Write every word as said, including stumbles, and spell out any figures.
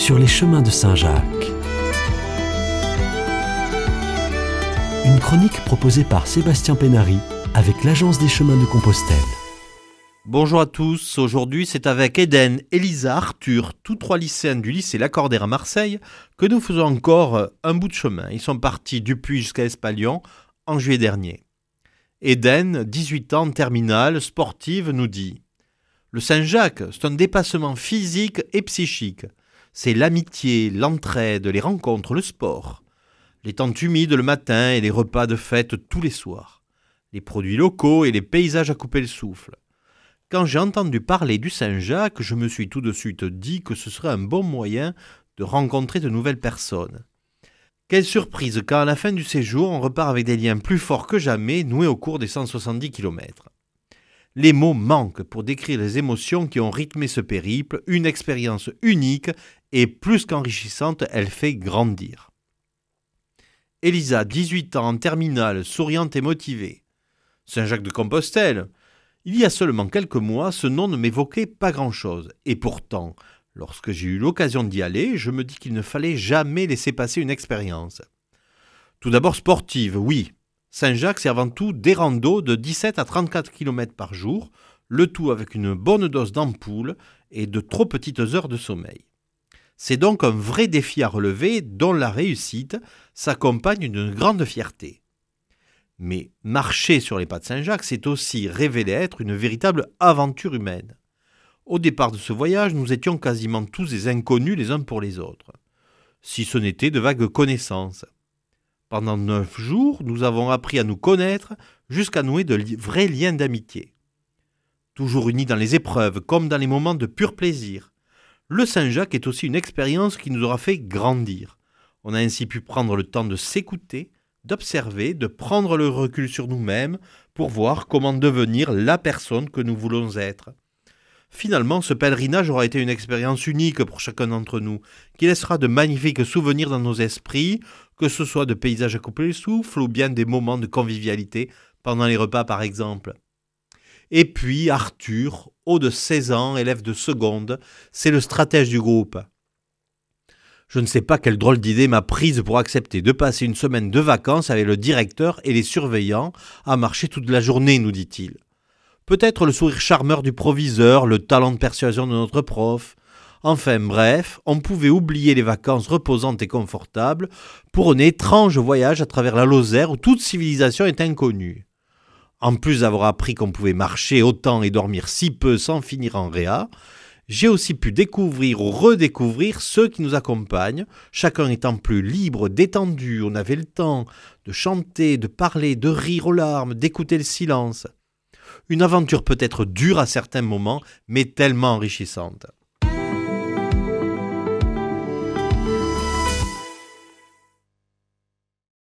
sur les chemins de Saint-Jacques. Une chronique proposée par Sébastien Pénary avec l'Agence des chemins de Compostelle. Bonjour à tous, aujourd'hui c'est avec Eden, Elisa, Arthur, tous trois lycéens du lycée Lacordaire à Marseille, que nous faisons encore un bout de chemin. Ils sont partis du Puy jusqu'à Espalion en juillet dernier. Eden, dix-huit ans, terminale, sportive, nous dit « Le Saint-Jacques, c'est un dépassement physique et psychique. C'est l'amitié, l'entraide, les rencontres, le sport. Les tentes humides le matin et les repas de fête tous les soirs. Les produits locaux et les paysages à couper le souffle. Quand j'ai entendu parler du Saint-Jacques, je me suis tout de suite dit que ce serait un bon moyen de rencontrer de nouvelles personnes. Quelle surprise quand à la fin du séjour, on repart avec des liens plus forts que jamais noués au cours des cent soixante-dix kilomètres. Les mots manquent pour décrire les émotions qui ont rythmé ce périple, une expérience unique et plus qu'enrichissante, elle fait grandir. Elisa, dix-huit ans, en terminale, souriante et motivée. Saint-Jacques-de-Compostelle. Il y a seulement quelques mois, ce nom ne m'évoquait pas grand-chose. Et pourtant, lorsque j'ai eu l'occasion d'y aller, je me dis qu'il ne fallait jamais laisser passer une expérience. Tout d'abord sportive, oui. Saint-Jacques, c'est avant tout des randos de dix-sept à trente-quatre kilomètres par jour, le tout avec une bonne dose d'ampoule et de trop petites heures de sommeil. C'est donc un vrai défi à relever dont la réussite s'accompagne d'une grande fierté. Mais marcher sur les pas de Saint-Jacques, c'est aussi révéler être une véritable aventure humaine. Au départ de ce voyage, nous étions quasiment tous des inconnus les uns pour les autres, si ce n'était de vagues connaissances. Pendant neuf jours, nous avons appris à nous connaître jusqu'à nouer de li- vrais liens d'amitié. Toujours unis dans les épreuves comme dans les moments de pur plaisir. Le Saint-Jacques est aussi une expérience qui nous aura fait grandir. On a ainsi pu prendre le temps de s'écouter, d'observer, de prendre le recul sur nous-mêmes pour voir comment devenir la personne que nous voulons être. Finalement, ce pèlerinage aura été une expérience unique pour chacun d'entre nous, qui laissera de magnifiques souvenirs dans nos esprits, que ce soit de paysages à couper le souffle ou bien des moments de convivialité pendant les repas par exemple. Et puis Arthur, haut de seize ans, élève de seconde, c'est le stratège du groupe. Je ne sais pas quelle drôle d'idée m'a prise pour accepter de passer une semaine de vacances avec le directeur et les surveillants à marcher toute la journée, nous dit-il. Peut-être le sourire charmeur du proviseur, le talent de persuasion de notre prof. Enfin bref, on pouvait oublier les vacances reposantes et confortables pour un étrange voyage à travers la Lozère où toute civilisation est inconnue. En plus d'avoir appris qu'on pouvait marcher autant et dormir si peu sans finir en réa, j'ai aussi pu découvrir ou redécouvrir ceux qui nous accompagnent, chacun étant plus libre, détendu, on avait le temps de chanter, de parler, de rire aux larmes, d'écouter le silence. Une aventure peut-être dure à certains moments, mais tellement enrichissante.